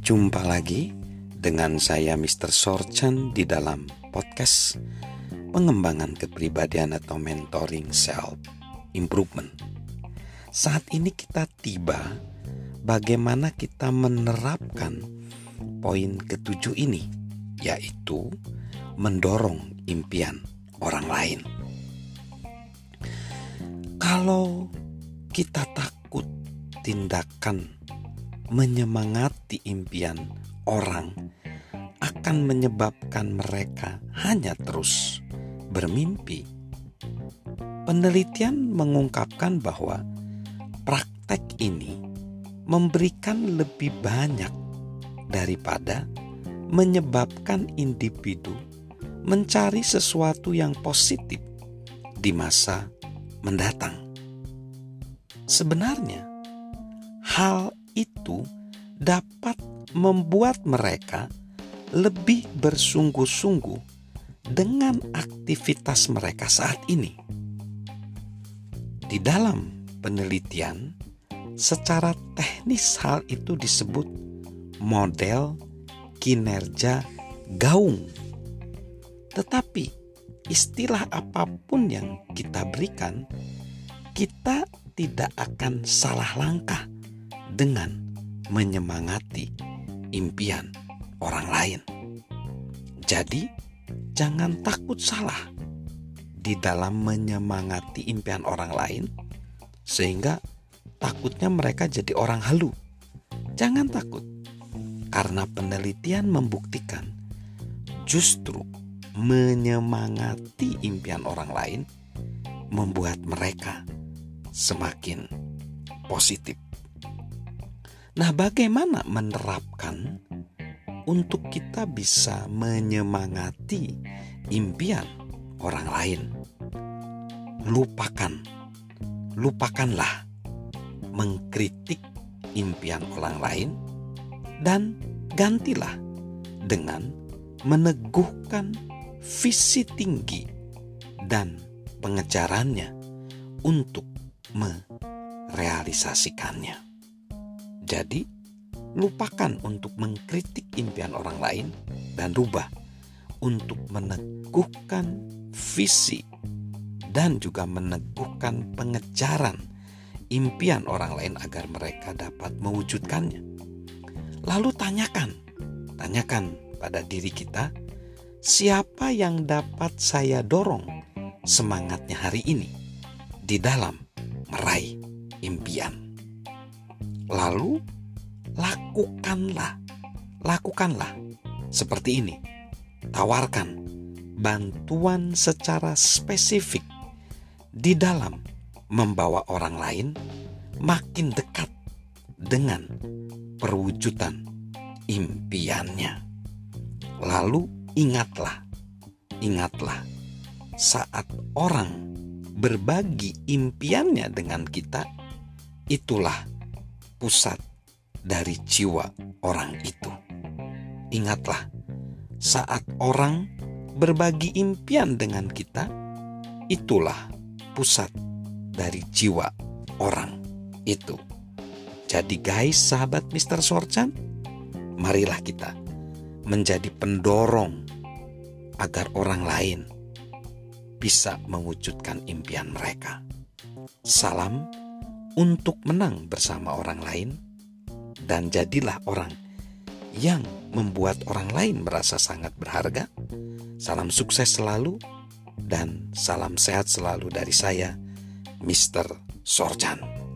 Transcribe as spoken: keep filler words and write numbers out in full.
Jumpa lagi dengan saya mister Sorchan di dalam podcast pengembangan kepribadian atau mentoring self improvement. Saat ini kita tiba bagaimana kita menerapkan poin ketujuh ini, yaitu mendorong impian orang lain. Kalau kita takut tindakan menyemangati impian orang akan menyebabkan mereka hanya terus bermimpi. Penelitian mengungkapkan bahwa praktek ini memberikan lebih banyak daripada menyebabkan individu mencari sesuatu yang positif di masa mendatang. Sebenarnya, hal itu dapat membuat mereka lebih bersungguh-sungguh dengan aktivitas mereka saat ini. Di dalam penelitian, secara teknis hal itu disebut model kinerja gaung. Tetapi istilah apapun yang kita berikan, kita tidak akan salah langkah dengan menyemangati impian orang lain. Jadi, jangan takut salah di dalam menyemangati impian orang lain, sehingga takutnya mereka jadi orang halu. Jangan takut, karena penelitian membuktikan justru menyemangati impian orang lain membuat mereka semakin positif. Nah, bagaimana menerapkan untuk kita bisa menyemangati impian orang lain? Lupakan, lupakanlah mengkritik impian orang lain dan gantilah dengan meneguhkan visi tinggi dan pengejarannya untuk merealisasikannya. Jadi, lupakan untuk mengkritik impian orang lain dan rubah untuk meneguhkan visi dan juga meneguhkan pengejaran impian orang lain agar mereka dapat mewujudkannya. Lalu tanyakan, tanyakan pada diri kita, siapa yang dapat saya dorong semangatnya hari ini di dalam meraih impian. Lalu lakukanlah, lakukanlah seperti ini. Tawarkan bantuan secara spesifik di dalam membawa orang lain makin dekat dengan perwujudan impiannya. Lalu ingatlah, ingatlah saat orang berbagi impiannya dengan kita, itulah pusat dari jiwa orang itu. Ingatlah, saat orang berbagi impian dengan kita, itulah pusat dari jiwa orang itu. Jadi guys, sahabat mister Sorchan, marilah kita menjadi pendorong agar orang lain bisa mewujudkan impian mereka. Salam untuk menang bersama orang lain, dan jadilah orang yang membuat orang lain merasa sangat berharga. Salam sukses selalu dan salam sehat selalu dari saya, mister Sorchan.